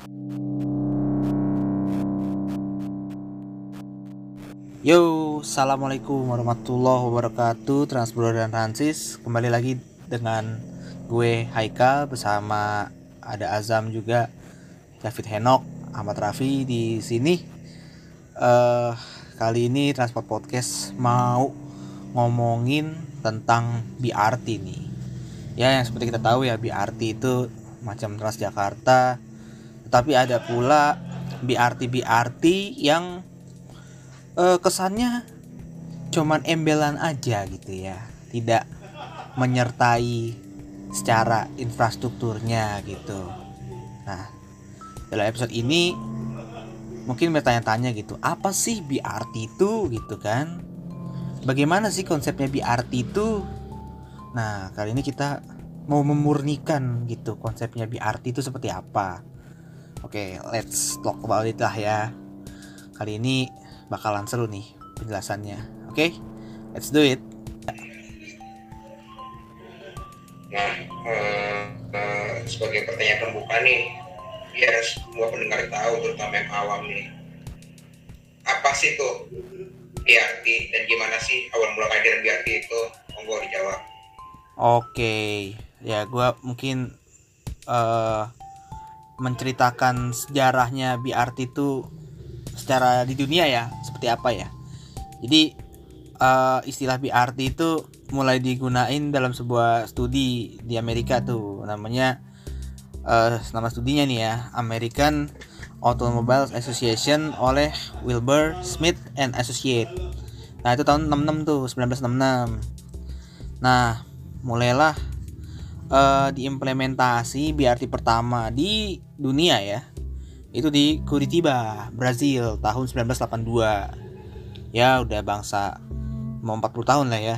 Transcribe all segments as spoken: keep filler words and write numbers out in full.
Yo, assalamualaikum warahmatullahi wabarakatuh, Transbro dan Francis. Kembali lagi dengan gue Haikal bersama ada Azam juga, David Henok, Ahmad Raffi di sini. Uh, kali ini Transport Podcast mau ngomongin tentang B R T nih. Ya, yang seperti kita tahu ya, B R T itu macam Transjakarta, tetapi ada pula B R T B R T yang Uh, kesannya cuman embelan aja gitu ya, tidak menyertai secara infrastrukturnya gitu. Nah, dalam episode ini mungkin bertanya-tanya gitu, apa sih B R T itu gitu kan? Bagaimana sih konsepnya B R T itu? Nah, kali ini kita mau memurnikan gitu konsepnya B R T itu seperti apa. Oke, let's talk about it lah ya. Kali ini bakalan seru nih penjelasannya. Oke, okay? Let's do it. Nah, uh, uh, sebagai pertanyaan pembuka nih, biar semua pendengar tahu, terutama yang awam nih, apa sih tuh B R T dan gimana sih awal mula kehadiran B R T itu? Monggo dijawab. Oke, okay. Ya gue mungkin uh, menceritakan sejarahnya B R T itu secara di dunia ya, seperti apa ya. Jadi uh, istilah B R T itu mulai digunain dalam sebuah studi di Amerika tuh, namanya uh, nama studinya nih ya, American Automobile Association oleh Wilbur Smith and Associate. Nah itu tahun enam puluh enam tuh, sembilan belas enam puluh enam. Nah mulailah uh, diimplementasi B R T pertama di dunia ya, itu di Curitiba, Brazil tahun sembilan belas delapan puluh dua. Ya udah bangsa mau empat puluh tahun lah ya.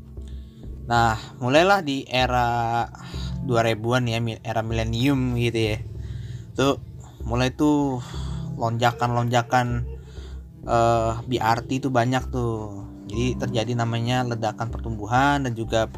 Nah mulailah di era dua ribuan ya, era milenium gitu ya. Tuh mulai tuh lonjakan-lonjakan uh, B R T itu banyak tuh. Jadi terjadi namanya ledakan pertumbuhan dan juga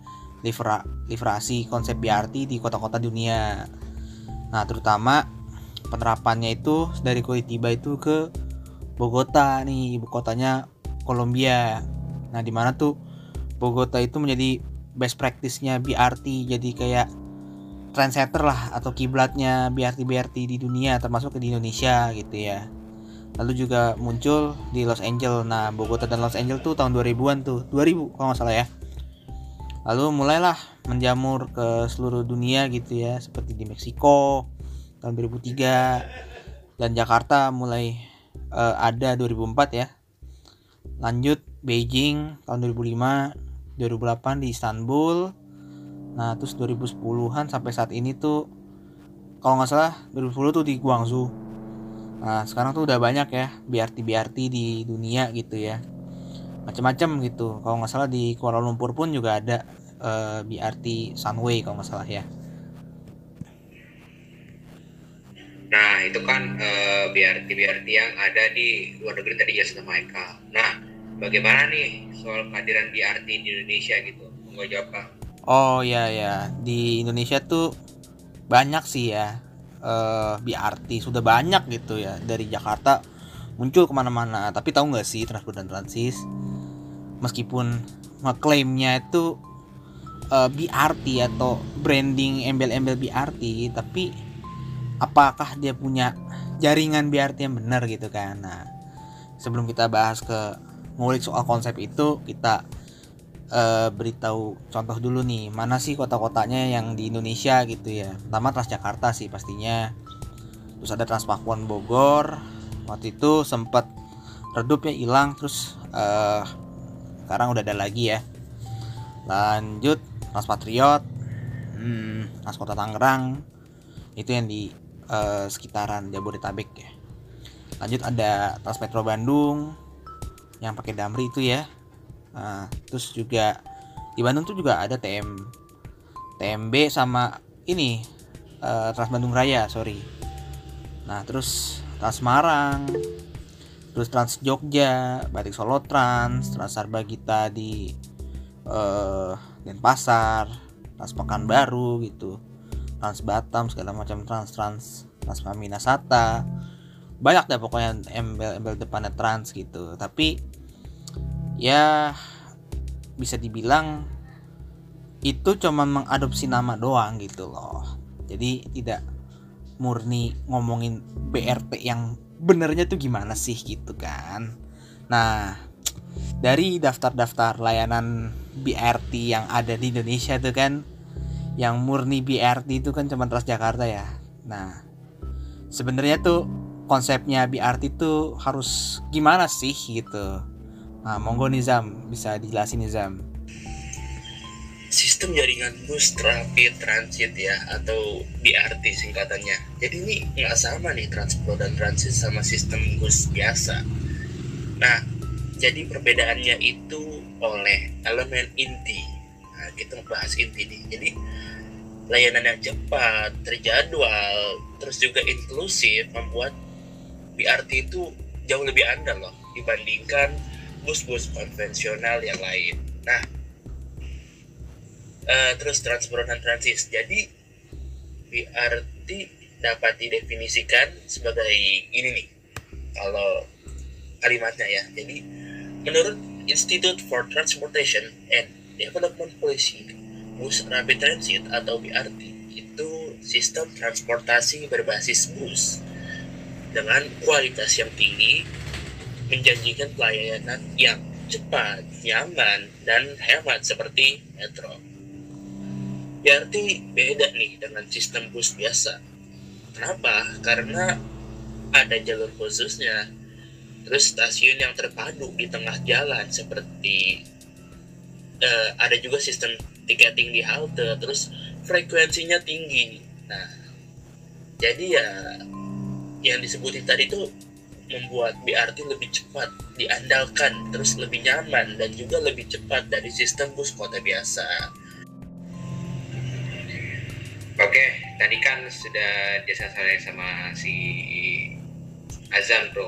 proliferasi konsep B R T di kota-kota dunia. Nah terutama penerapannya itu dari Curitiba itu ke Bogota nih, ibu kotanya Kolombia. Nah di mana tuh Bogota itu menjadi best practice-nya B R T, jadi kayak trendsetter lah atau kiblatnya B R T B R T di dunia, termasuk di Indonesia gitu ya. Lalu juga muncul di Los Angeles. Nah Bogota dan Los Angeles tuh tahun dua ribuan tuh, dua ribu kalau nggak salah ya. Lalu mulailah menjamur ke seluruh dunia gitu ya, seperti di Meksiko tahun dua ribu tiga, dan Jakarta mulai uh, ada dua ribu empat ya. Lanjut Beijing tahun dua ribu lima, dua ribu delapan di Istanbul. Nah terus dua ribu sepuluhan sampai saat ini tuh kalau nggak salah dua ribu sepuluh tuh di Guangzhou. Nah sekarang tuh udah banyak ya B R T B R T di dunia gitu ya, macam-macam gitu. Kalau nggak salah di Kuala Lumpur pun juga ada uh, B R T Sunway kalau nggak salah ya. Nah itu kan uh, B R T B R T yang ada di luar negeri tadi ya sama Michael. Nah bagaimana nih soal kehadiran B R T di Indonesia gitu? Mau jawab Kak? Oh ya ya, di Indonesia tuh banyak sih ya uh, B R T, sudah banyak gitu ya, dari Jakarta muncul kemana-mana. Tapi tahu nggak sih Transport dan Transis, meskipun ngeklaimnya itu uh, B R T atau branding embel-embel B R T, tapi apakah dia punya jaringan B R T yang benar gitu kan? Nah, sebelum kita bahas ke ngulik soal konsep itu, kita uh, beritahu contoh dulu nih, mana sih kota-kotanya yang di Indonesia gitu ya. Pertama Transjakarta sih pastinya. Terus ada Transpakuan Bogor, waktu itu sempat redup ya, hilang. Terus uh, sekarang udah ada lagi ya. Lanjut Transpatriot, hmm, Transkota Tangerang, itu yang di Uh, sekitaran Jabodetabek ya. Lanjut ada Transmetro Bandung yang pakai Damri itu ya. Nah, terus juga di Bandung tuh juga ada T M T M B sama ini uh, Trans Bandung Raya, sorry. Nah, terus Trans Semarang, terus Trans Jogja, Batik Solo Trans, Trans Sarbagita di uh, Denpasar, Trans Pekanbaru gitu, Trans Batam, segala macam trans-trans Transmart Minasata, banyak deh pokoknya embel-embel depannya Trans gitu. Tapi ya bisa dibilang itu cuma mengadopsi nama doang gitu loh. Jadi tidak murni ngomongin B R T yang benernya tuh gimana sih gitu kan. Nah, dari daftar-daftar layanan B R T yang ada di Indonesia tuh kan, yang murni B R T itu kan cuma Transjakarta ya. Nah, sebenarnya tuh konsepnya B R T tuh harus gimana sih gitu. Nah, monggo Nizam bisa dijelasin Nizam. Sistem jaringan bus rapid transit ya, atau B R T singkatannya. Jadi ini nggak sama nih transport dan transit sama sistem bus biasa. Nah, jadi perbedaannya itu oleh elemen inti. Nah, kita membahas inti nih. Jadi layanan yang cepat, terjadwal, terus juga inklusif membuat B R T itu jauh lebih andal loh dibandingkan bus-bus konvensional yang lain. Nah, uh, terus transport dan transit. Jadi B R T dapat didefinisikan sebagai ini nih. Kalau kalimatnya ya. Jadi menurut Institute for Transportation and Development Policy, bus rapid transit atau B R T itu sistem transportasi berbasis bus dengan kualitas yang tinggi, menjanjikan pelayanan yang cepat, nyaman, dan hemat seperti metro. B R T beda nih dengan sistem bus biasa. Kenapa? Karena ada jalur khususnya, terus stasiun yang terpadu di tengah jalan seperti uh, ada juga sistem tiketing di halte, terus frekuensinya tinggi. Nah, jadi ya yang disebutin tadi tuh membuat B R T lebih cepat diandalkan, terus lebih nyaman dan juga lebih cepat dari sistem bus kota biasa. Oke, tadi kan sudah dijelaskan sama si Azam bro.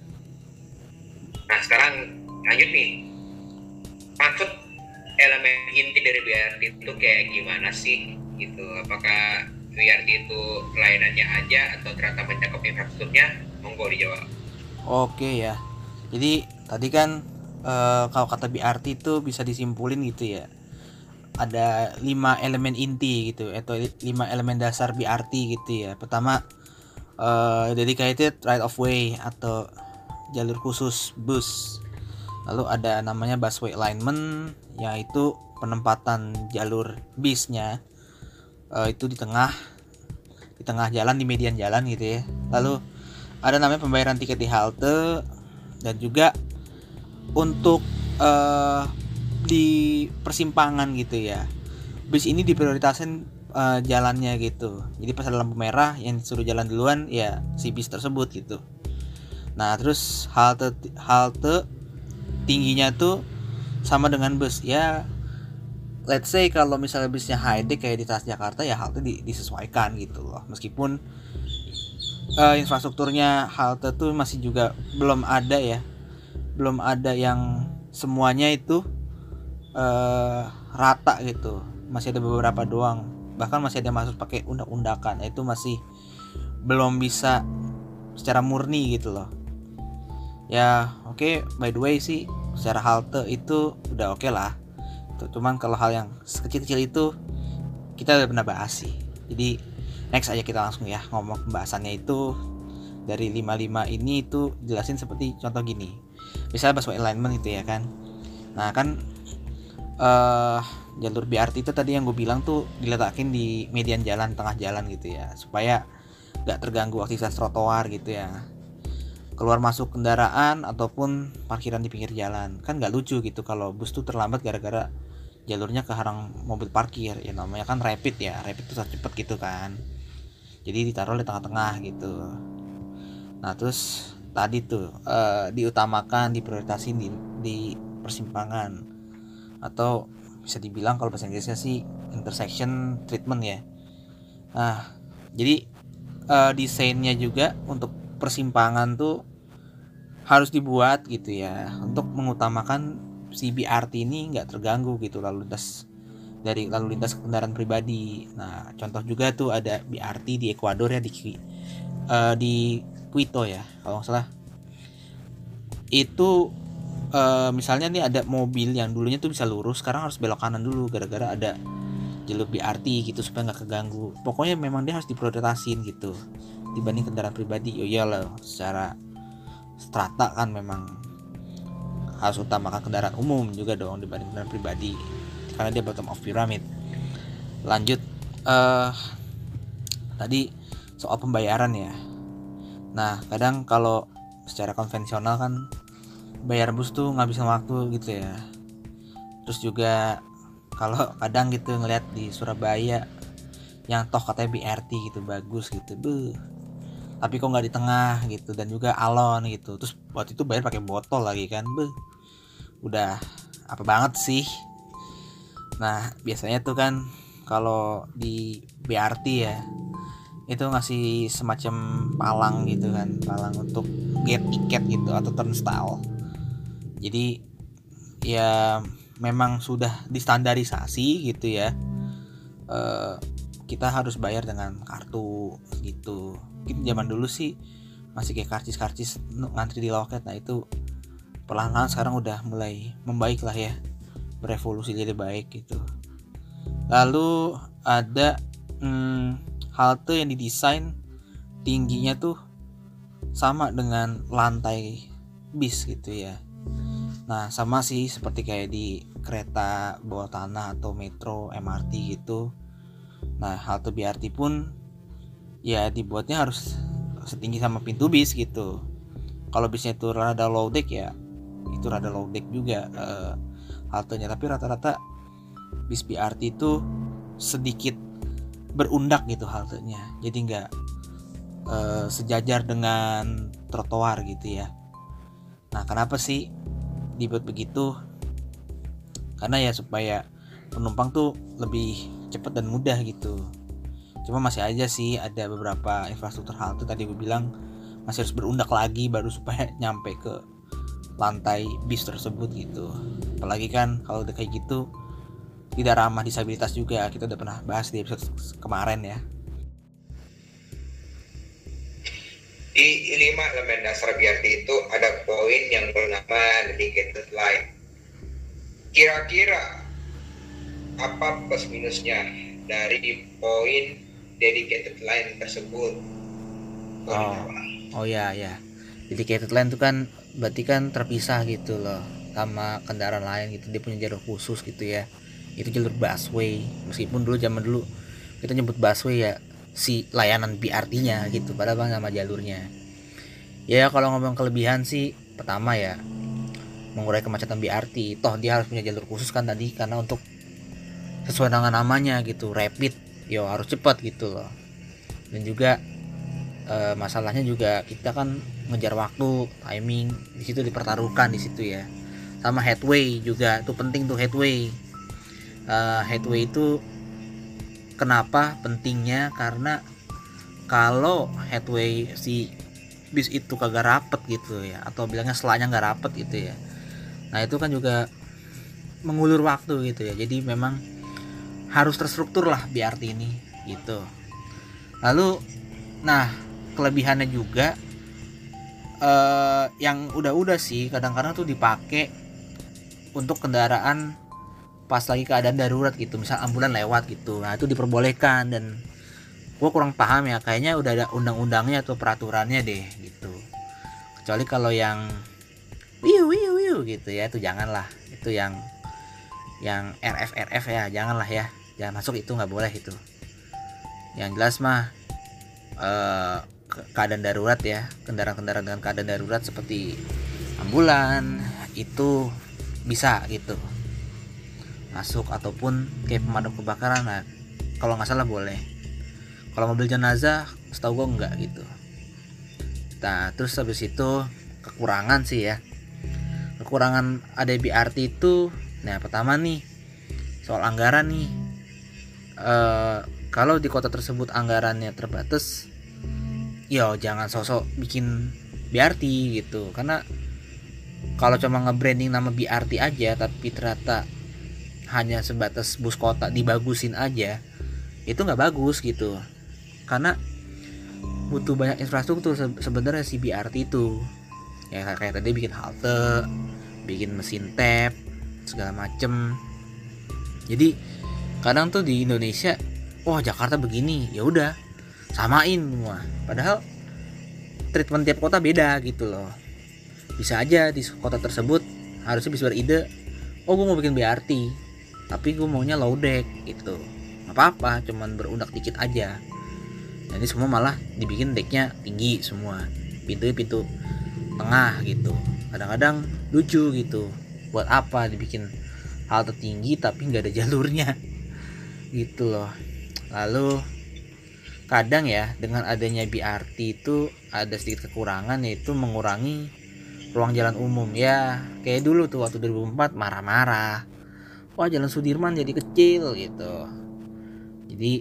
Nah sekarang lanjut nih, maksud elemen inti dari B R T itu kayak gimana sih gitu? Apakah B R T itu pelayanannya aja atau ternyata mencakup infrastrukturnya? Monggo dijawab. Oke ya, jadi tadi kan e, kalau kata B R T itu bisa disimpulin gitu ya, ada lima elemen inti gitu atau lima elemen dasar B R T gitu ya. Pertama e, dedicated right of way atau jalur khusus bus. Lalu ada namanya busway alignment, yaitu penempatan jalur bisnya uh, itu di tengah di tengah jalan, di median jalan gitu ya. Lalu ada namanya pembayaran tiket di halte, dan juga untuk uh, di persimpangan gitu ya. Bis ini diprioritaskan uh, jalannya gitu. Jadi pas ada lampu merah yang disuruh jalan duluan ya si bis tersebut gitu. Nah, terus halte halte tingginya tuh sama dengan bus ya. Let's say kalau misalnya bisnya high deck kayak di Transjakarta ya halte di, disesuaikan gitu loh. Meskipun uh, infrastrukturnya halte tuh masih juga belum ada ya. Belum ada yang semuanya itu uh, rata gitu. Masih ada beberapa doang. Bahkan masih ada yang masuk pakai undak-undakan. Itu masih belum bisa secara murni gitu loh. Ya oke, okay, by the way sih secara halte itu udah oke okay lah. Cuman kalau hal yang kecil-kecil itu kita udah pernah bahas sih. Jadi next aja kita langsung ya ngomong pembahasannya itu. Dari lima puluh lima ini itu jelasin seperti contoh gini. Misalnya busway alignment gitu ya kan. Nah kan uh, jalur B R T itu tadi yang gue bilang tuh diletakin di median jalan, tengah jalan gitu ya, supaya gak terganggu aktivitas trotoar gitu ya, keluar masuk kendaraan ataupun parkiran di pinggir jalan. Kan gak lucu gitu kalau bus tuh terlambat gara-gara jalurnya kehalang mobil parkir. Ya namanya kan rapid ya, rapid tuh cepet gitu kan, jadi ditaruh di tengah-tengah gitu. Nah terus tadi tuh uh, diutamakan, diprioritasin di, di persimpangan, atau bisa dibilang kalau bahasa Inggrisnya sih intersection treatment ya. Nah jadi uh, desainnya juga untuk persimpangan tuh harus dibuat gitu ya, untuk mengutamakan si B R T ini nggak terganggu gitu lalu lintas dari lalu lintas kendaraan pribadi. Nah contoh juga tuh ada B R T di Ekuador ya, di uh, di Quito ya kalau nggak salah. Itu uh, misalnya nih ada mobil yang dulunya tuh bisa lurus, sekarang harus belok kanan dulu gara-gara ada jalur B R T gitu supaya nggak keganggu. Pokoknya memang dia harus diprioritasin gitu dibanding kendaraan pribadi. Oh iyalah, secara strata kan memang harus utamakan kendaraan umum juga dong dibanding kendaraan pribadi karena dia bottom of pyramid. Lanjut, uh, tadi soal pembayaran ya. Nah kadang kalau secara konvensional kan bayar bus tuh ngabisin waktu gitu ya. Terus juga kalau kadang gitu ngeliat di Surabaya yang toh katanya B R T gitu bagus gitu, Beuh. Tapi kok nggak di tengah gitu, dan juga alon gitu. Terus waktu itu bayar pakai botol lagi kan, Beuh. Udah apa banget sih. Nah biasanya tuh kan kalau di B R T ya itu ngasih semacam palang gitu kan, palang untuk get tiket gitu atau turnstile. Jadi ya memang sudah distandarisasi gitu ya. E, kita harus bayar dengan kartu gitu. Mungkin zaman dulu sih masih kayak karcis-karcis ngantri di loket. Nah itu perlahan-lahan sekarang udah mulai membaik lah ya, berevolusi jadi baik gitu. Lalu ada hmm, halte yang didesain tingginya tuh sama dengan lantai bis gitu ya. Nah sama sih seperti kayak di kereta bawah tanah atau metro M R T gitu. Nah halte B R T pun ya dibuatnya harus setinggi sama pintu bis gitu. Kalau bisnya itu rada low deck ya itu rada low deck juga uh, haltenya. Tapi rata-rata bis B R T itu sedikit berundak gitu haltenya, jadi nggak uh, sejajar dengan trotoar gitu ya. Nah kenapa sih dibuat begitu? Karena ya supaya penumpang tuh lebih cepat dan mudah gitu. Cuma masih aja sih ada beberapa infrastruktur halte tadi gue bilang masih harus berundak lagi baru supaya nyampe ke lantai bis tersebut gitu. Apalagi kan kalau udah kayak gitu tidak ramah disabilitas juga, kita udah pernah bahas di episode kemarin ya. Di lima elemen dasar B R T itu ada poin yang bernama dedicated line. Kira-kira apa plus minusnya dari poin dedicated line tersebut? Oh, oh ya ya. Dedicated line itu kan berarti kan terpisah gitu loh sama kendaraan lain gitu. Dia punya jalur khusus gitu ya. Itu jalur busway. Meskipun dulu zaman dulu kita nyebut busway ya si layanan B R T-nya gitu, padahal bang nama jalurnya. Ya kalau ngomong kelebihan sih pertama ya mengurai kemacetan B R T. Toh dia harus punya jalur khusus kan tadi karena untuk sesuai dengan namanya gitu, rapid. Yo harus cepat gitu loh. Dan juga e, masalahnya juga kita kan ngejar waktu, timing di situ dipertaruhkan di situ ya. Sama headway juga tuh penting tuh headway. Uh, headway itu kenapa pentingnya? Karena kalau headway si bis itu kagak rapet gitu ya, atau bilangnya selanya nggak rapet gitu ya, nah itu kan juga mengulur waktu gitu ya. Jadi memang harus terstruktur lah B R T ini gitu. Lalu nah kelebihannya juga uh, yang udah-udah sih kadang-kadang tuh dipakai untuk kendaraan pas lagi keadaan darurat gitu, misal ambulan lewat gitu. Nah itu diperbolehkan, dan gue kurang paham ya, kayaknya udah ada undang-undangnya atau peraturannya deh gitu. Kecuali kalau yang wiu wiu wiu gitu ya, itu janganlah. Itu yang yang R F R F ya, janganlah ya, jangan masuk, itu nggak boleh itu. Yang jelas mah eh, keadaan darurat ya, kendaraan-kendaraan dengan keadaan darurat seperti ambulan itu bisa gitu masuk, ataupun kayak pemadam kebakaran. Nah kalau nggak salah boleh. Kalau mobil jenazah setahu gue enggak gitu. Nah terus habis itu kekurangan sih ya, kekurangan ada B R T itu. Nah pertama nih soal anggaran nih, e, kalau di kota tersebut anggarannya terbatas, yo jangan sosok bikin B R T gitu. Karena kalau cuma nge-branding nama B R T aja tapi ternyata hanya sebatas bus kota dibagusin aja, itu nggak bagus gitu. Karena butuh banyak infrastruktur se- sebenarnya si B R T itu. Ya kayak tadi bikin halte, bikin mesin tap, segala macem. Jadi kadang tuh di Indonesia, wah Jakarta begini, ya udah samain semua. Padahal treatment tiap kota beda gitu loh. Bisa aja di kota tersebut harusnya bisa beride, oh gue mau bikin B R T, tapi gue maunya low deck gitu. Gak apa-apa, cuman berundak dikit aja. Jadi semua malah dibikin decknya tinggi semua, pintunya pintu tengah gitu. Kadang-kadang lucu gitu, buat apa dibikin halte tinggi tapi nggak ada jalurnya gitu loh. Lalu kadang ya dengan adanya B R T itu ada sedikit kekurangan, yaitu mengurangi ruang jalan umum. Ya kayak dulu tuh waktu dua ribu empat marah-marah, wah jalan Sudirman jadi kecil gitu, jadi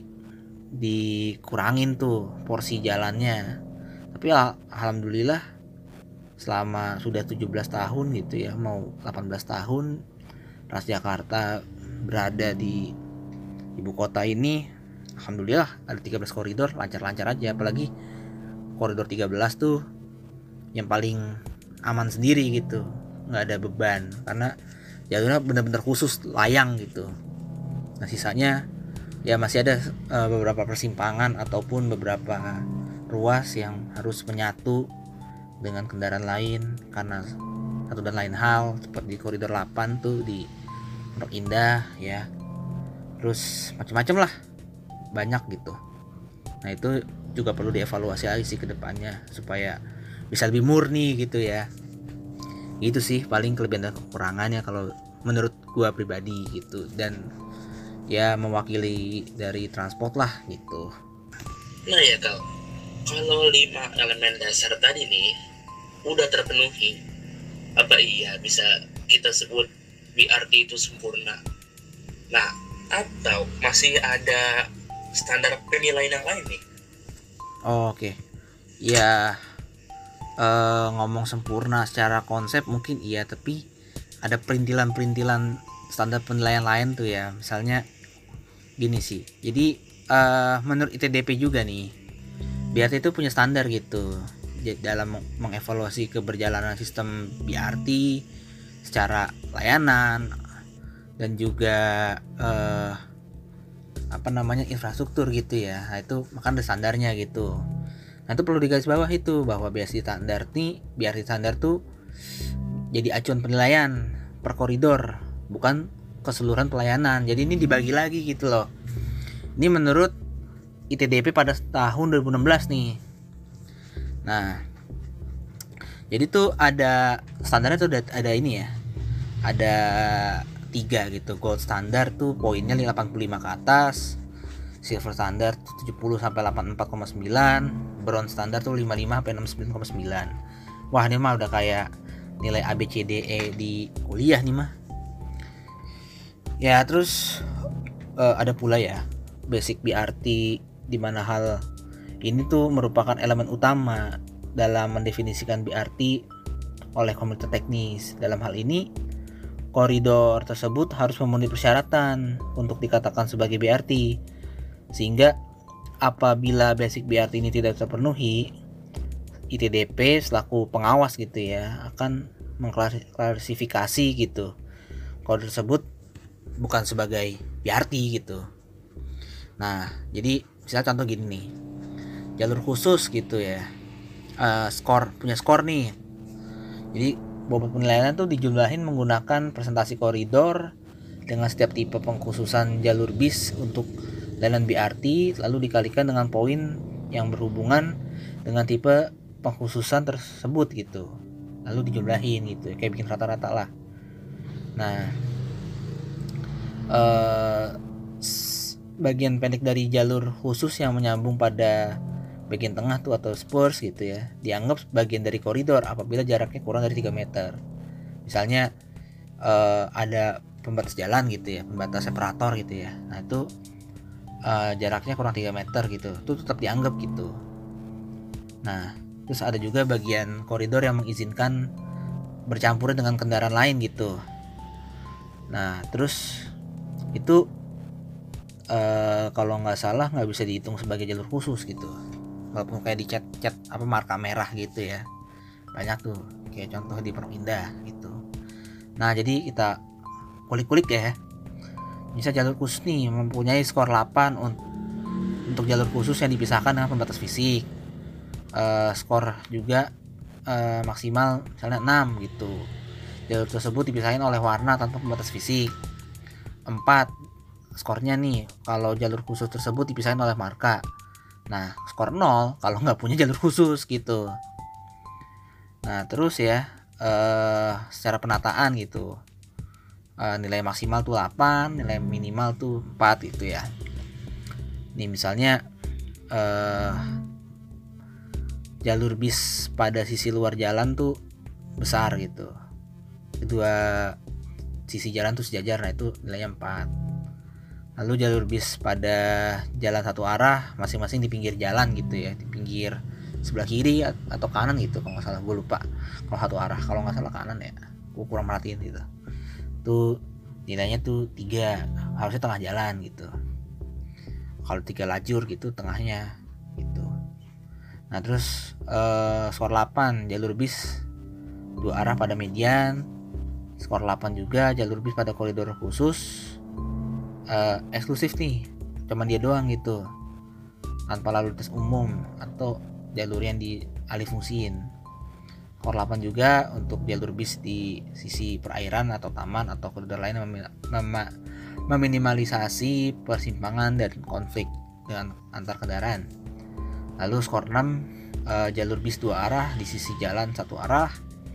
dikurangin tuh porsi jalannya. Tapi al- alhamdulillah selama sudah tujuh belas tahun gitu ya, mau delapan belas tahun Transjakarta berada di ibu kota ini, alhamdulillah ada tiga belas koridor, lancar-lancar aja. Apalagi koridor tiga belas tuh yang paling aman sendiri gitu, nggak ada beban karena jalurnya benar-benar khusus layang gitu. Nah sisanya ya masih ada uh, beberapa persimpangan ataupun beberapa ruas yang harus menyatu dengan kendaraan lain karena satu dan lain hal, seperti di koridor delapan tuh di Pondok Indah ya, terus macam-macam lah, banyak gitu. Nah itu juga perlu dievaluasi lagi sih ke depannya supaya bisa lebih murni gitu ya. Itu sih paling kelebihan dan kekurangannya kalau menurut gua pribadi gitu, dan ya mewakili dari transport lah gitu. Nah ya Kal, kalau lima elemen dasar tadi nih udah terpenuhi, apa iya bisa kita sebut B R T itu sempurna? Nah, atau masih ada standar penilaian yang lain nih? Oh, oke. Okay. Ya uh, ngomong sempurna secara konsep mungkin iya, tapi ada perintilan-perintilan standar penilaian lain tuh ya. Misalnya gini sih. Jadi uh, menurut I T D P juga nih, B R T itu punya standar gitu dalam mengevaluasi keberjalanan sistem B R T secara layanan dan juga uh, apa namanya infrastruktur gitu ya. Nah itu makan ada standarnya gitu. Nah itu perlu digaris bawah itu bahwa B R T standar nih, B R T standar tuh jadi acuan penilaian per koridor, bukan keseluruhan pelayanan. Jadi ini dibagi lagi gitu loh. Ini menurut I T D P pada tahun dua ribu enam belas nih. Nah, jadi tuh ada standarnya tuh ada, ada ini ya. Ada tiga gitu. Gold standar tuh poinnya delapan puluh lima ke atas. Silver standar tuh tujuh puluh sampai delapan puluh empat koma sembilan. Bronze standar tuh lima puluh lima sampai enam puluh sembilan koma sembilan. Wah, ini mah udah kayak nilai A B C D E di kuliah nih mah. Ya, terus uh, ada pula ya basic B R T, di mana hal ini tuh merupakan elemen utama dalam mendefinisikan B R T oleh komite teknis. Dalam hal ini, koridor tersebut harus memenuhi persyaratan untuk dikatakan sebagai B R T. Sehingga apabila basic B R T ini tidak terpenuhi, I T D P selaku pengawas gitu ya akan mengklasifikasi gitu koridor tersebut bukan sebagai B R T gitu. Nah, jadi misalnya contoh gini nih, jalur khusus gitu ya, uh, skor punya skor nih. Jadi bobot penilaian tuh dijumlahin menggunakan presentasi koridor dengan setiap tipe pengkhususan jalur bis untuk layanan B R T, lalu dikalikan dengan poin yang berhubungan dengan tipe pengkhususan tersebut gitu, lalu dijumlahin gitu, kayak bikin rata-rata lah. Nah, uh, bagian pendek dari jalur khusus yang menyambung pada bagian tengah tuh atau spurs gitu ya, dianggap bagian dari koridor apabila jaraknya kurang dari tiga meter. Misalnya uh, ada pembatas jalan gitu ya, pembatas separator gitu ya. Nah itu uh, jaraknya kurang tiga meter gitu, itu tetap dianggap gitu. Nah terus ada juga bagian koridor yang mengizinkan bercampur dengan kendaraan lain gitu. Nah terus itu Uh, kalau nggak salah nggak bisa dihitung sebagai jalur khusus gitu. walaupun kayak di cat-cat apa marka merah gitu ya, banyak tuh kayak contoh di Pondok Indah gitu. Nah jadi kita kulik-kulik ya, bisa jalur khusus nih mempunyai skor delapan untuk jalur khusus yang dipisahkan dengan pembatas fisik. Uh, skor juga uh, maksimal misalnya enam gitu. Jalur tersebut dipisahin oleh warna tanpa pembatas fisik. Empat, skornya nih kalau jalur khusus tersebut dipisahin oleh marka. Nah skor nol kalau nggak punya jalur khusus gitu. Nah terus ya uh, secara penataan gitu, uh, nilai maksimal tuh delapan, nilai minimal tuh empat gitu ya. Nih misalnya uh, jalur bis pada sisi luar jalan tuh besar gitu, kedua sisi jalan tuh sejajar, nah itu nilainya empat. Lalu jalur bis pada jalan satu arah masing-masing di pinggir jalan gitu ya, di pinggir sebelah kiri atau kanan gitu kalau nggak salah, gue lupa kalau satu arah, kalau nggak salah kanan ya, gue kurang merhatiin gitu. Tuh nilainya tuh tiga, harusnya tengah jalan gitu. Kalau tiga lajur gitu tengahnya gitu. Nah terus uh, skor delapan jalur bis dua arah pada median. Skor delapan juga jalur bis pada koridor khusus, uh, eksklusif nih, cuman dia doang gitu, tanpa lalu lintas umum atau jalur yang dialih fungsiin. Skor delapan juga untuk jalur bis di sisi perairan atau taman atau koridor lain mem- mem- meminimalisasi persimpangan dan konflik dengan antar kendaraan. Lalu skor enam uh, jalur bis dua arah di sisi jalan satu arah.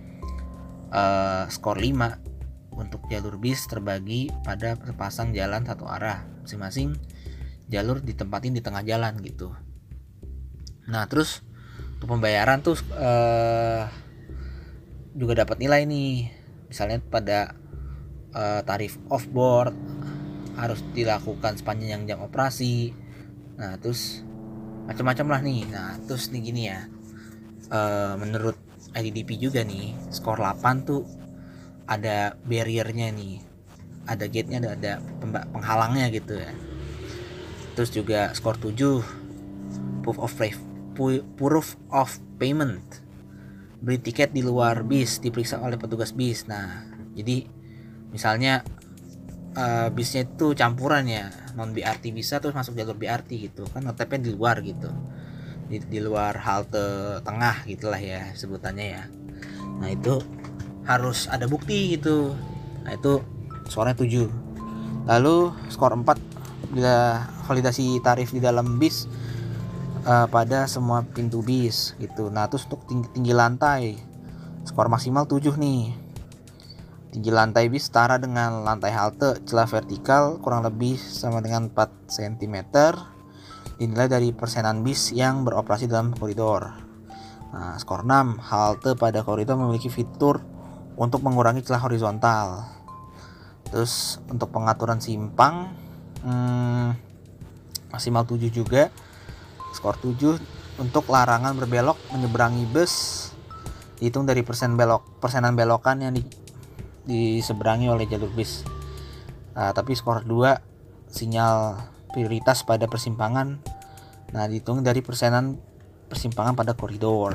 Uh, skor lima untuk jalur bis terbagi pada sepasang jalan satu arah, masing-masing jalur ditempatin di tengah jalan gitu. Nah terus untuk pembayaran tuh uh, juga dapat nilai nih, misalnya pada uh, tarif off board harus dilakukan sepanjang jam operasi. Nah terus macam-macam lah nih. Nah terus nih gini ya, uh, menurut I D D P juga nih, skor delapan tuh ada barriernya nih, ada gate-nya, ada, ada penghalangnya gitu ya. Terus juga skor tujuh proof of proof of payment, beli tiket di luar bis diperiksa oleh petugas bis. Nah jadi misalnya uh, bisnya itu campuran ya, non B R T bisa terus masuk jalur B R T gitu kan, ngetepnya di luar gitu, di, di luar halte tengah gitulah ya sebutannya ya. Nah itu harus ada bukti gitu. Nah itu skornya tujuh. Lalu skor empat bila validasi tarif di dalam bis uh, pada semua pintu bis gitu. Nah terus untuk tinggi, tinggi lantai skor maksimal tujuh nih. Tinggi lantai bis setara dengan lantai halte, celah vertikal kurang lebih sama dengan empat sentimeter, dinilai dari persenan bis yang beroperasi dalam koridor. Nah, skor enam, halte pada koridor memiliki fitur untuk mengurangi celah horizontal. Terus untuk pengaturan simpang hmm, maksimal tujuh juga, skor tujuh. Untuk larangan berbelok menyeberangi bus dihitung dari persen belok persenan belokan yang di, diseberangi oleh jalur bis. Nah, tapi skor dua, sinyal prioritas pada persimpangan, nah dihitung dari persenan persimpangan pada koridor.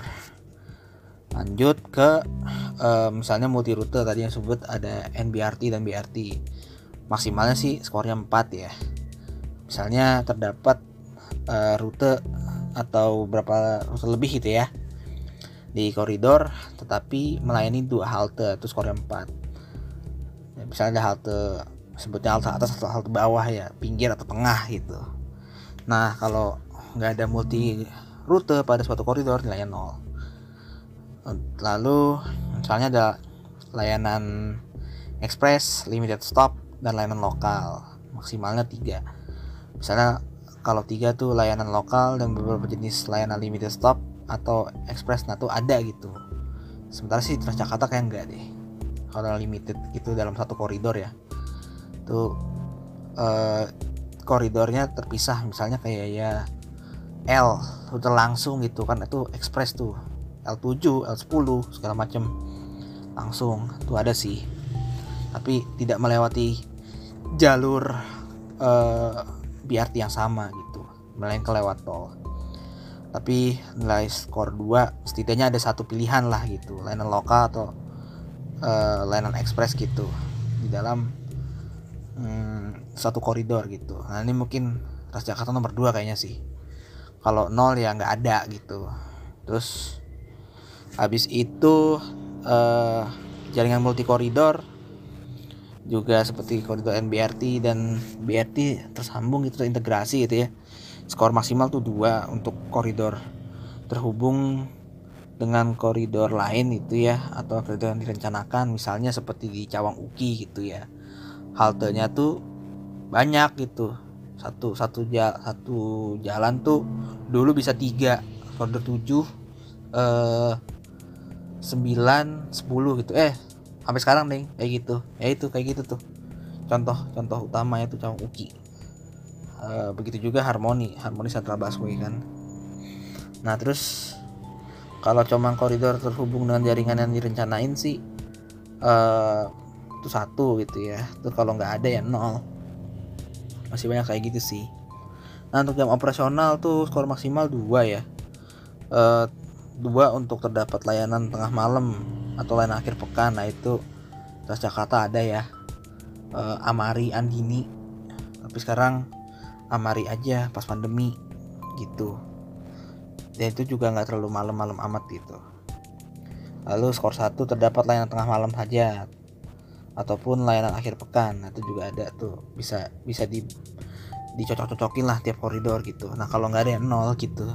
Lanjut ke uh, misalnya multi rute tadi yang sebut ada N B R T dan B R T, maksimalnya sih skornya empat ya. Misalnya terdapat uh, rute atau berapa rute lebih gitu ya di koridor, tetapi melayani dua halte, itu skornya empat. Ya, misalnya ada halte, sebutnya halte atas atau halte bawah ya, pinggir atau tengah gitu. Nah kalau nggak ada multi rute pada suatu koridor nilainya nol. Lalu misalnya ada layanan ekspres, limited stop, dan layanan lokal, maksimalnya tiga. Misalnya kalau tiga tuh layanan lokal dan beberapa jenis layanan limited stop atau ekspres, nah tuh ada gitu. Sementara sih Transjakarta kayak enggak deh kalau limited gitu dalam satu koridor ya. Tuh eh, koridornya terpisah, misalnya kayak ya L rute langsung gitu kan, itu ekspres tuh L tujuh, L sepuluh segala macam langsung tuh ada sih, tapi tidak melewati jalur uh, B R T yang sama gitu, melainkan lewat tol. Tapi nilai skor dua setidaknya ada satu pilihan lah gitu, layanan lokal atau uh, layanan ekspres gitu di dalam hmm, satu koridor gitu. Nah ini mungkin Transjakarta nomor dua kayaknya sih. Kalau nol ya nggak ada gitu. Terus habis itu uh, jaringan multi koridor juga seperti koridor N B R T dan B R T tersambung gitu, terintegrasi gitu ya. Skor maksimal tuh dua untuk koridor terhubung dengan koridor lain itu ya, atau koridor yang direncanakan misalnya seperti di Cawang U K I gitu ya. Haltenya tuh banyak gitu. Satu satu ja, satu jalan tuh dulu bisa tiga, koridor tujuh eh sembilan, sepuluh gitu. Eh, sampai sekarang nih kayak gitu. Ya itu kayak gitu tuh. Contoh-contoh utamanya tuh Cawang U K I. Uh, begitu juga Harmoni, Harmoni Central Busway kan. Nah terus kalau cuma koridor terhubung dengan jaringan yang direncanain sih uh, itu satu gitu ya. Terus kalau nggak ada ya nol. Masih banyak kayak gitu sih. Nah untuk jam operasional tuh skor maksimal dua ya. Uh, dua untuk terdapat layanan tengah malam atau layanan akhir pekan. Nah itu Transjakarta ada ya, uh, Amari, Andini. Tapi sekarang Amari aja pas pandemi gitu. Dan itu juga nggak terlalu malam-malam amat gitu. Lalu skor satu terdapat layanan tengah malam saja ataupun layanan akhir pekan. Nah, itu juga ada tuh, bisa bisa di dicocok-cocokin lah tiap koridor gitu. Nah kalau nggak ada ya nol gitu.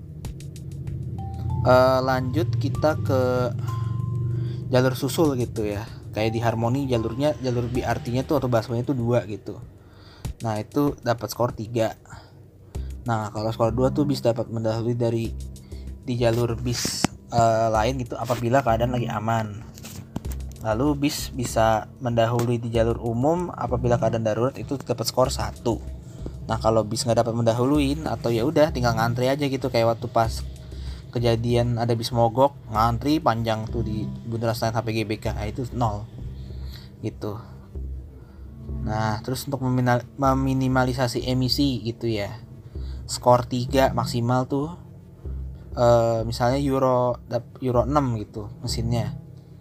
Uh, lanjut kita ke jalur susul gitu ya. Kayak di Harmoni jalurnya, jalur B R T-nya tuh atau busway-nya tuh dua gitu. Nah itu dapat skor tiga. Nah kalau skor dua tuh bis dapat mendahului dari di jalur bis uh, lain gitu apabila keadaan lagi aman. Lalu bis bisa mendahului di jalur umum apabila keadaan darurat, itu dapat skor satu. Nah kalau bis nggak dapat mendahuluin atau ya udah tinggal ngantri aja gitu, kayak waktu pas kejadian ada bis mogok ngantri panjang tuh di Bundaran Senayan H P G B K, nah, itu nol gitu. Nah terus untuk meminimalisasi emisi gitu ya, skor tiga maksimal tuh uh, misalnya Euro Euro enam gitu mesinnya,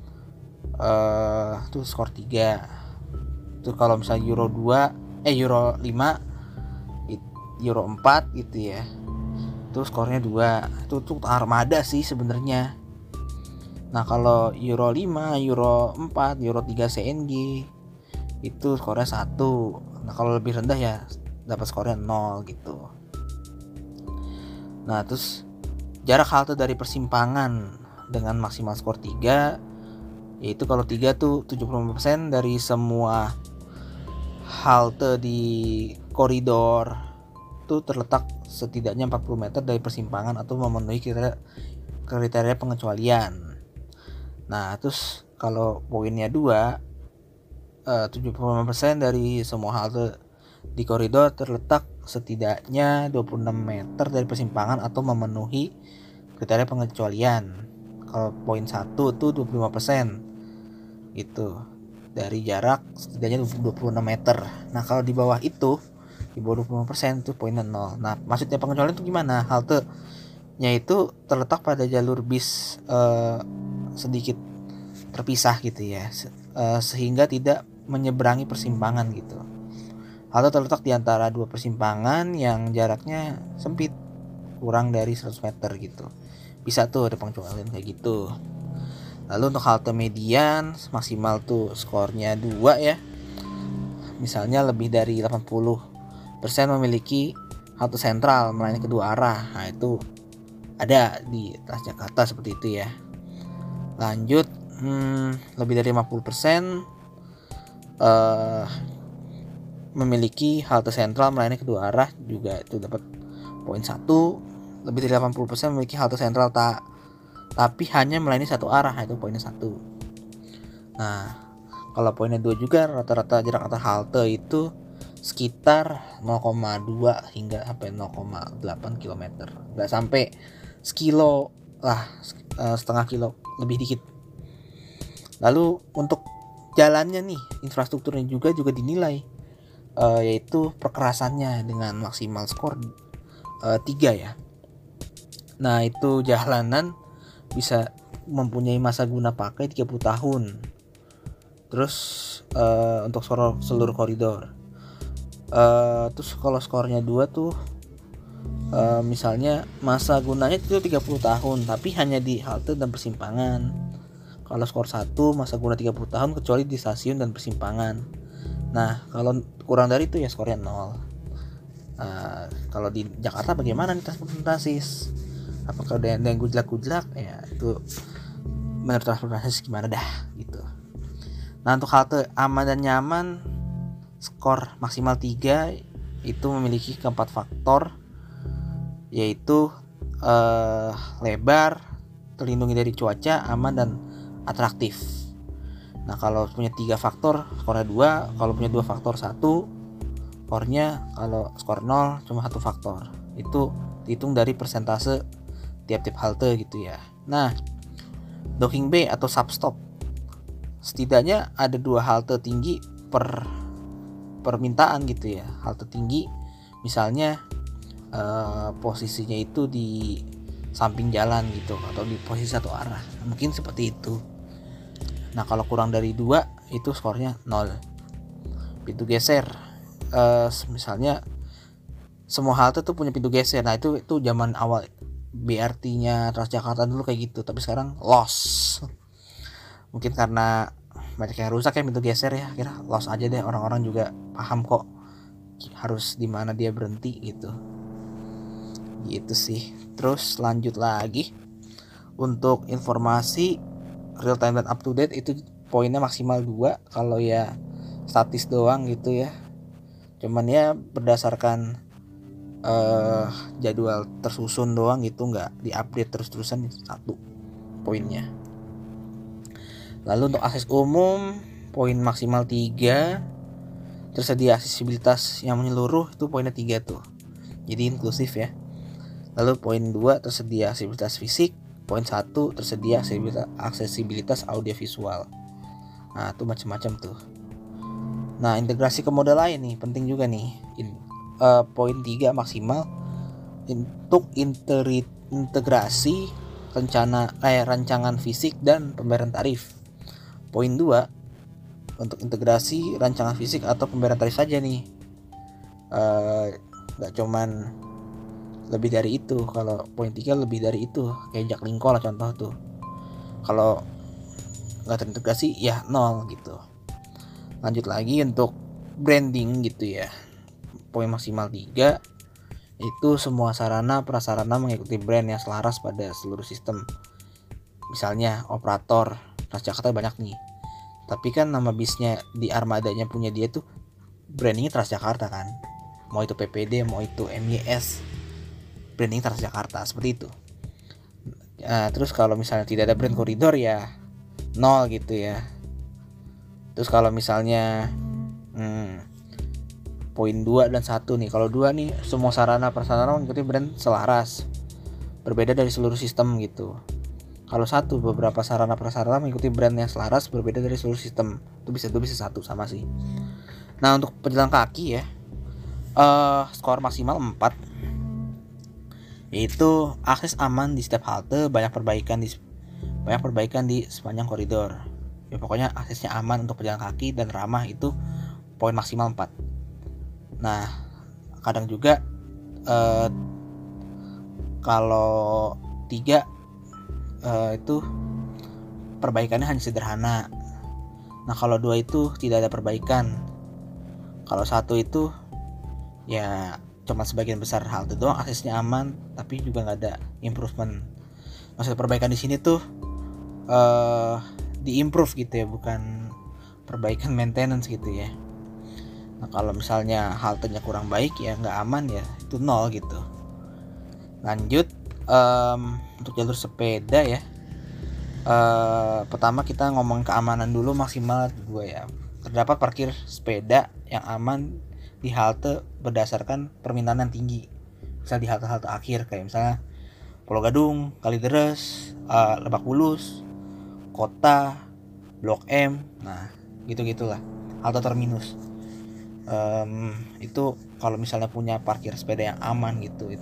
uh, tuh skor tiga. Tuh kalau misalnya Euro dua eh Euro lima, Euro empat gitu ya, tuh skornya dua. Itu tuh armada sih sebenarnya. Nah kalau Euro lima, Euro empat, Euro tiga C N G itu skornya satu. Nah kalau lebih rendah ya dapat skornya nol gitu. Nah terus jarak halte dari persimpangan dengan maksimal skor tiga, yaitu kalau tiga tuh tujuh puluh lima persen dari semua halte di koridor itu terletak setidaknya empat puluh meter dari persimpangan atau memenuhi kriteria, kriteria pengecualian. Nah terus kalau poinnya dua, tujuh puluh lima persen dari semua halte di koridor terletak setidaknya dua puluh enam meter dari persimpangan atau memenuhi kriteria pengecualian. Kalau poin satu tuh dua puluh lima persen gitu, dari jarak setidaknya dua puluh enam meter. Nah kalau di bawah itu, di bawah dua puluh lima persen tuh poinnya nol. Nah maksudnya pengecualian itu gimana? Haltenya itu terletak pada jalur bis eh, sedikit terpisah gitu ya, eh, sehingga tidak menyeberangi persimpangan gitu. Halte terletak di antara dua persimpangan yang jaraknya sempit, kurang dari seratus meter gitu. Bisa tuh ada pengecualian kayak gitu. Lalu untuk halte median maksimal tuh skornya dua ya. Misalnya lebih dari delapan puluh persen memiliki halte sentral melayani kedua arah. Nah itu ada di Transjakarta seperti itu ya. Lanjut, hmm, lebih dari lima puluh persen uh, memiliki halte sentral melayani kedua arah, juga itu dapat poin satu. Lebih dari delapan puluh persen memiliki halte sentral tak tapi hanya melayani satu arah, itu poinnya satu. Nah kalau poinnya dua juga, rata-rata jarak antar halte itu sekitar nol koma dua hingga sampai nol koma delapan kilometer, nggak sampai sekilo lah, setengah kilo, lebih dikit. Lalu untuk jalannya nih, infrastrukturnya juga juga dinilai, uh, yaitu perkerasannya dengan maksimal skor uh, tiga ya. Nah itu jalanan bisa mempunyai masa guna pakai tiga puluh tahun. Terus uh, untuk skor seluruh koridor. Uh, terus kalau skornya dua tuh uh, misalnya masa gunanya itu tiga puluh tahun tapi hanya di halte dan persimpangan. Kalau skor satu masa guna tiga puluh tahun kecuali di stasiun dan persimpangan. Nah kalau kurang dari itu ya skornya nol. Uh, kalau di Jakarta bagaimana nih transportasi? Apakah ada yang gujlak-gujlak? Ya itu menurut transportasi gimana dah gitu. Nah untuk halte aman dan nyaman skor maksimal tiga itu memiliki keempat faktor, yaitu uh, lebar, terlindungi dari cuaca, aman dan atraktif. Nah kalau punya tiga faktor skornya dua, kalau punya dua faktor satu, skornya kalau skor nol cuma satu faktor. Itu dihitung dari persentase tiap-tiap halte gitu ya. Nah docking bay atau substop, setidaknya ada dua halte tinggi per permintaan gitu ya. Halte tinggi misalnya uh, posisinya itu di samping jalan gitu atau di posisi satu arah, mungkin seperti itu. Nah kalau kurang dari dua itu skornya nol. Pintu geser, uh, misalnya semua halte tuh punya pintu geser. Nah itu itu zaman awal B R T-nya Transjakarta dulu kayak gitu, tapi sekarang lost. Mungkin karena banyak yang rusak ya pintu geser ya, kira lost aja deh, orang-orang juga paham kok harus di mana dia berhenti gitu. Gitu sih. Terus lanjut lagi untuk informasi real time dan up to date itu poinnya maksimal dua kalau ya statis doang gitu ya. Cuman ya berdasarkan uh, jadwal tersusun doang gitu, nggak diupdate terus-terusan satu poinnya. Lalu untuk akses umum poin maksimal tiga, tersedia aksesibilitas yang menyeluruh itu poinnya tiga tuh, jadi inklusif ya. Lalu poin dua tersedia aksesibilitas fisik, poin satu tersedia aksesibilitas, aksesibilitas audiovisual. Nah itu macam-macam tuh. Nah integrasi ke moda lain nih penting juga nih. In, uh, poin tiga maksimal untuk interi, integrasi rencana eh, rancangan fisik dan pembayaran tarif. Poin dua untuk integrasi rancangan fisik atau pembayaran tarif saja nih. Uh, gak cuman lebih dari itu. Kalau poin tiga lebih dari itu, kayak Jaklingko lah contoh tuh. Kalau gak terintegrasi ya nol gitu. Lanjut lagi untuk branding gitu ya. Poin maksimal tiga itu semua sarana prasarana mengikuti brand yang selaras pada seluruh sistem. Misalnya operator Transjakarta banyak nih, tapi kan nama bisnya di armadanya punya dia tuh brandingnya Transjakarta kan. Mau itu P P D, mau itu M Y S, branding Transjakarta seperti itu. Nah, terus kalau misalnya tidak ada brand koridor ya nol gitu ya. Terus kalau misalnya hmm, poin dua dan satu nih, kalau dua nih semua sarana prasarana mengikuti brand selaras, berbeda dari seluruh sistem gitu. Kalau satu, beberapa sarana prasarana mengikuti brand yang selaras, berbeda dari seluruh sistem. Itu bisa itu bisa satu sama sih. Nah untuk pejalan kaki ya, uh, skor maksimal empat, yaitu akses aman di setiap halte, banyak perbaikan di banyak perbaikan di sepanjang koridor. Ya pokoknya aksesnya aman untuk pejalan kaki dan ramah, itu poin maksimal empat. Nah kadang juga uh, kalau tiga uh, itu perbaikannya hanya sederhana. Nah kalau dua itu tidak ada perbaikan. Kalau satu itu ya cuma sebagian besar halte doang aksesnya aman, tapi juga nggak ada improvement. Maksud perbaikan di sini tuh uh, diimprove gitu ya, bukan perbaikan maintenance gitu ya. Nah kalau misalnya haltenya kurang baik ya nggak aman ya itu nol gitu. Lanjut um, untuk jalur sepeda ya. Uh, pertama kita ngomong keamanan dulu, maksimal dua ya. Terdapat parkir sepeda yang aman di halte berdasarkan permintaan yang tinggi. Misal di halte-halte akhir kayak misalnya Pulau Gadung, Kalideres, uh, Lebak Bulus, Kota, Blok M, nah gitu-gitulah, halte terminus. Um, itu kalau misalnya punya parkir sepeda yang aman gitu, itu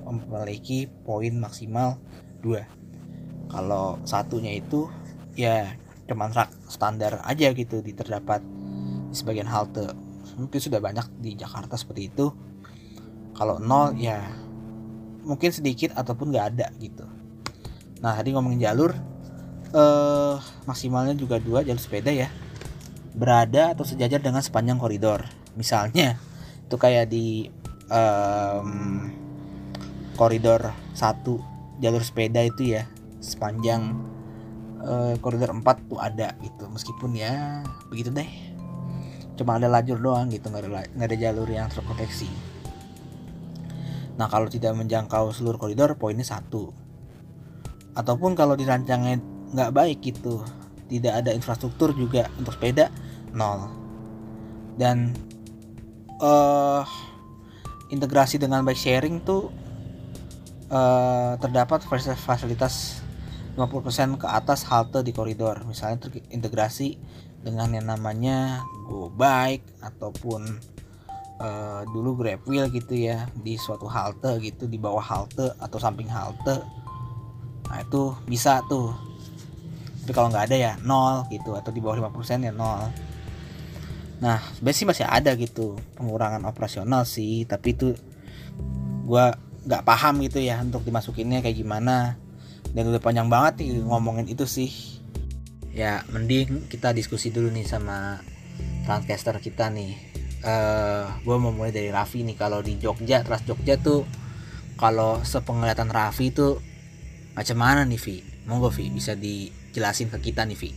memiliki poin maksimal dua. Kalau satunya itu ya cuman rak standar aja gitu di terdapat di sebagian halte. Mungkin sudah banyak di Jakarta seperti itu. Kalau nol ya mungkin sedikit ataupun nggak ada gitu. Nah tadi ngomongin jalur, eh, maksimalnya juga dua jalur sepeda ya, berada atau sejajar dengan sepanjang koridor. Misalnya itu kayak di um, koridor satu jalur sepeda itu ya, sepanjang uh, koridor empat tuh ada gitu. Meskipun ya begitu deh, cuma ada lajur doang gitu, nggak ada, nggak ada jalur yang terproteksi. Nah kalau tidak menjangkau seluruh koridor poinnya satu. Ataupun kalau dirancangnya nggak baik gitu, tidak ada infrastruktur juga untuk sepeda, nol. Dan uh, integrasi dengan bike sharing tuh uh, terdapat fasilitas lima puluh persen ke atas halte di koridor. Misalnya terintegrasi dengan yang namanya GoBike ataupun uh, dulu GrabWheel gitu ya, di suatu halte gitu, di bawah halte atau samping halte. Nah itu bisa tuh. Tapi kalau nggak ada ya nol gitu, atau di bawah lima puluh persen ya nol. Nah sebenarnya sih masih ada gitu pengurangan operasional sih, tapi itu gue nggak paham gitu ya untuk dimasukinnya kayak gimana, dan udah panjang banget nih ngomongin itu sih. Ya mending kita diskusi dulu nih sama transcaster kita nih. uh, gue mau mulai dari Raffi nih. Kalau di Jogja, Trans Jogja tuh kalau sepenglihatan Raffi tuh macam mana nih Vi? Monggo Vi, bisa dijelasin ke kita nih Vi.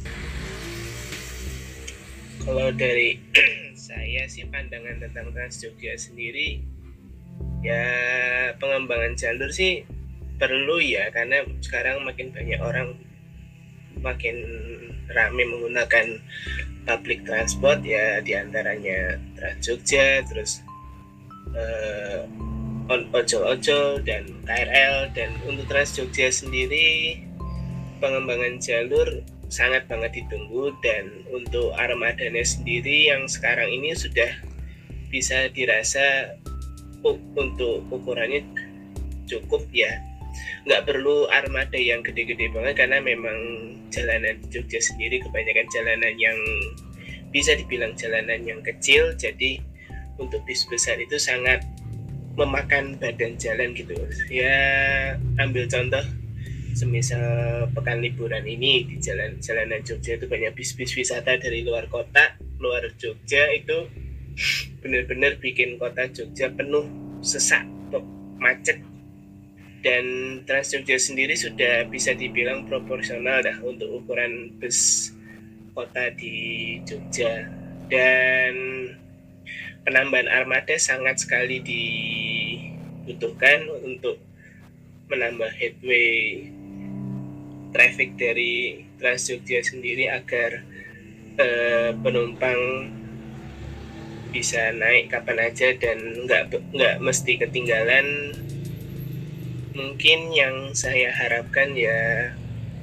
Kalau dari saya sih pandangan tentang Trans Jogja sendiri, ya pengembangan jalur sih perlu ya, karena sekarang makin banyak orang makin ramai menggunakan public transport ya, diantaranya Trans Jogja, terus uh, ojol-ojol dan K R L. Dan untuk Trans Jogja sendiri pengembangan jalur sangat banget ditunggu, dan untuk armadanya sendiri yang sekarang ini sudah bisa dirasa uh, untuk ukurannya cukup ya, nggak perlu armada yang gede-gede banget, karena memang jalanan di Jogja sendiri kebanyakan jalanan yang bisa dibilang jalanan yang kecil, jadi untuk bis besar itu sangat memakan badan jalan gitu ya. Ambil contoh semisal pekan liburan ini di jalan jalanan Jogja itu banyak bis-bis wisata dari luar kota, luar Jogja, itu benar-benar bikin kota Jogja penuh, sesak, macet. Dan Trans Jogja sendiri sudah bisa dibilang proporsional dah untuk ukuran bus kota di Jogja, dan penambahan armada sangat sekali dibutuhkan untuk menambah headway traffic dari Trans Jogja sendiri agar eh, penumpang bisa naik kapan aja dan nggak nggak mesti ketinggalan. Mungkin yang saya harapkan ya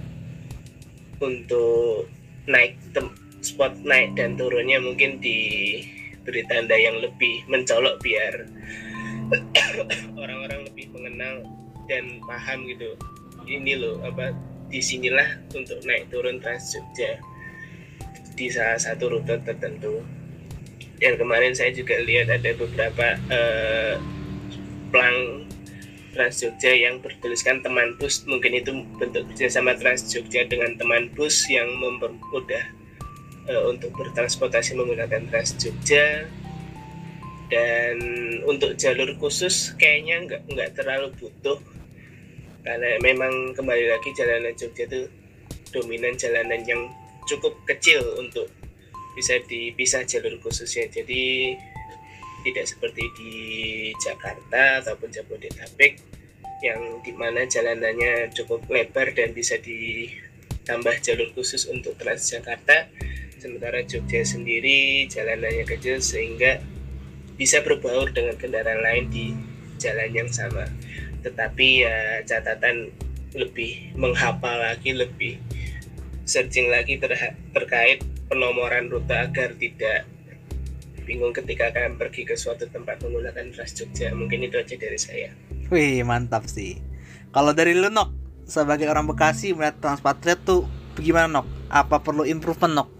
untuk naik tem- spot naik dan turunnya mungkin diberi tanda yang lebih mencolok biar orang-orang lebih mengenal dan paham gitu, ini loh apa, disinilah untuk naik turun Trans Jogja di salah satu rute tertentu. Dan kemarin saya juga lihat ada beberapa uh, plang Trans Jogja yang bertuliskan teman bus, mungkin itu bentuk kerjasama Trans Jogja dengan teman bus yang mempermudah uh, untuk bertransportasi menggunakan Trans Jogja. Dan untuk jalur khusus kayaknya nggak nggak terlalu butuh, karena memang kembali lagi jalanan Jogja itu dominan jalanan yang cukup kecil untuk bisa dipisah jalur khususnya. Jadi tidak seperti di Jakarta ataupun Jabodetabek yang dimana jalanannya cukup lebar dan bisa ditambah jalur khusus untuk Transjakarta. Sementara Jogja sendiri jalanannya kecil sehingga bisa berbaur dengan kendaraan lain di jalan yang sama. Tetapi ya catatan lebih menghafal lagi, lebih searching lagi ter- terkait penomoran rute agar tidak bingung ketika akan pergi ke suatu tempat menggunakan Trans Jogja. Mungkin itu aja dari saya. Wih, mantap sih. Kalau dari lu Nok, sebagai orang Bekasi melihat Transpatriot tuh gimana Nok? Apa perlu improvement Nok?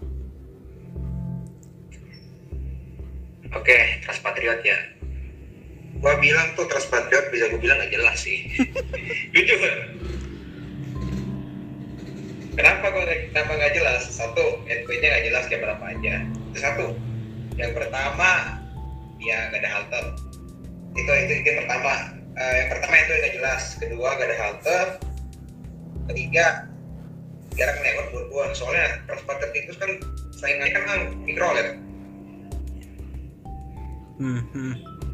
Oke, Transpatriot ya. Gua bilang tuh Transpatriot bisa gue bilang gak jelas sih. Jujur. Kenapa gue kenapa nggak jelas? Satu, headway-nya nggak jelas kayak berapa aja. Itu satu. Yang pertama, ya nggak ada halte. Itu itu yang pertama. Uh, yang pertama itu nggak jelas. Kedua, nggak ada halte. Ketiga, jarang lewat berdua. Soalnya Transpatriot itu kan saingannya kan mikrolet. Hmm, hmm.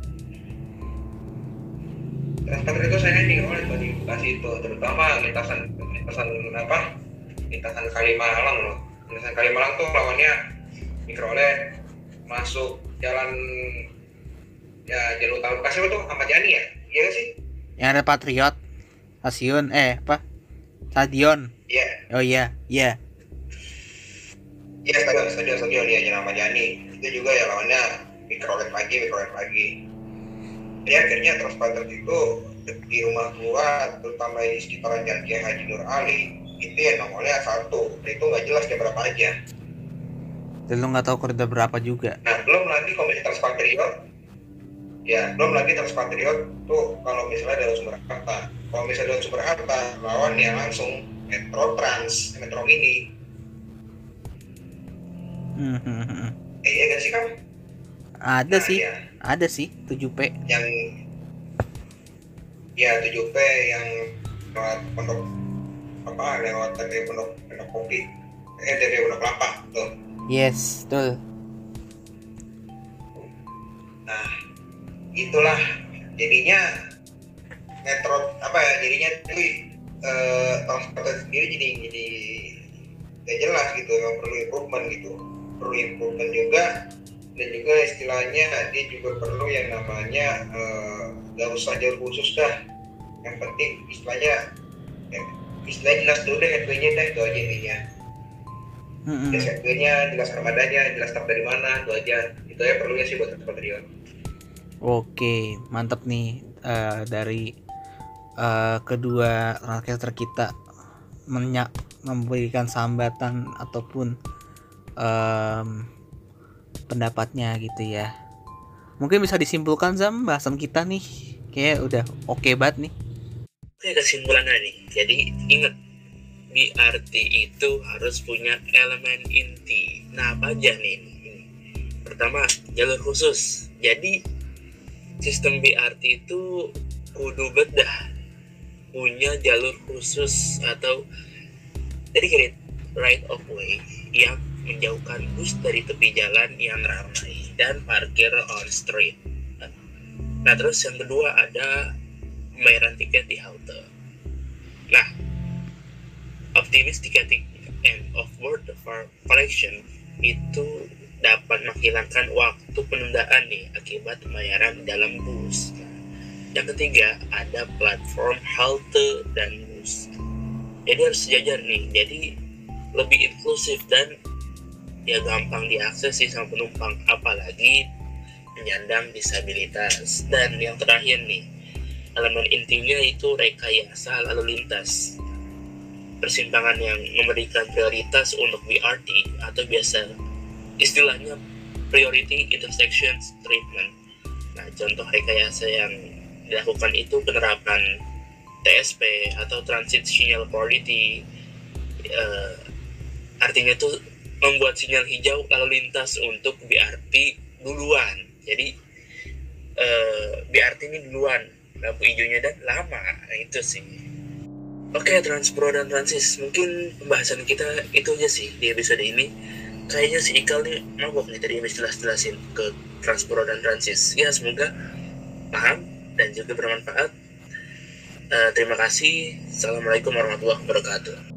Transpatriot itu saingannya mikrolet di Bekasi itu, terutama lintasan lintasan apa? Lintasan Kalimalang loh. Lintasan Kalimalang tuh lawannya mikrolet. Masuk jalan ya jalur utama Bekasi itu Ahmad Yani ya, iya gak sih? Yang ada Patriot, stasiun, eh apa? Stadion. Iya. Yeah. Oh iya, iya. Iya stadion, stadion, stadion ya jalan Ahmad Yani. Itu juga ya lawannya mikrolet lagi, mikrolet lagi. Jadi akhirnya Transpatriot itu di rumah gua, terutama di sekitaran Jalan Kiai Haji Nur Ali, itu ya nomornya satu. Itu nggak jelas dia berapa aja. Dan lu nggak tahu koridor berapa juga. Nah, belum lagi kalau misalnya Transpatriot, ya belum lagi Transpatriot tuh kalau misalnya dari sumber harta. Kalau misalnya dari sumber harta, lawan ya langsung Metro Trans, Metro Mini. Hmm, hmm, hmm. Eh, iya gak sih kamu? Ada Nah, sih, ya, ada sih tujuh P. yang ya tujuh P yang lewat pondok apa lewat dari pondok pondok kopi eh dari pondok kelapa tuh. Yes, betul. Nah, itulah jadinya metro apa ya jadinya tuh eh transportasi sendiri jadi jadi gak jelas gitu, yang perlu improvement gitu, perlu improvement juga. Dan juga istilahnya dia juga perlu yang namanya uh, gak usah jalur khusus dah, yang penting istilahnya ya, istilahnya jelas dulu deh headway-nya deh, itu aja intinya. Mm-mm. Jelas headway-nya, jelas armadanya, jelas start dari mana, itu aja. Itu aja perlunya sih buat Transpatriot. Oke, mantap nih uh, dari uh, kedua transporter kita menyak memberikan sambatan ataupun um, pendapatnya gitu ya. Mungkin bisa disimpulkan Zam bahasan kita nih. Kayak udah oke okay banget nih. Oke, kesimpulannya nih. Jadi ingat, B R T itu harus punya elemen inti. Nah, apa aja nih? Pertama, jalur khusus. Jadi sistem B R T itu kudu bedah punya jalur khusus atau dedicated right of way yang menjauhkan bus dari tepi jalan yang ramai dan parkir on street. Nah, terus yang kedua ada pembayaran tiket di halte. Nah, optimis ticketing and off-board collection itu dapat menghilangkan waktu penundaan nih akibat pembayaran dalam bus. Yang ketiga ada platform halte dan bus. Jadi harus sejajar nih. Jadi lebih inklusif dan ya gampang diakses sih sama penumpang, apalagi penyandang disabilitas. Dan yang terakhir nih, elemen intinya itu rekayasa lalu lintas, persimpangan yang memberikan prioritas untuk B R T atau biasa istilahnya priority intersection treatment. Nah, contoh rekayasa yang dilakukan itu penerapan T S P atau transit signal quality, uh, artinya itu membuat sinyal hijau lalu lintas untuk B R T duluan. Jadi uh, B R T ini duluan, lampu hijaunya dan lama. Nah, itu sih. Oke, Transpro dan Transis, mungkin pembahasan kita itu aja sih di episode ini. Kayaknya si Ikal nih mabok nih tadi habis jelas-jelasin ke Transpro dan Transis. Ya, semoga paham dan juga bermanfaat. Uh, terima kasih. Assalamualaikum warahmatullahi wabarakatuh.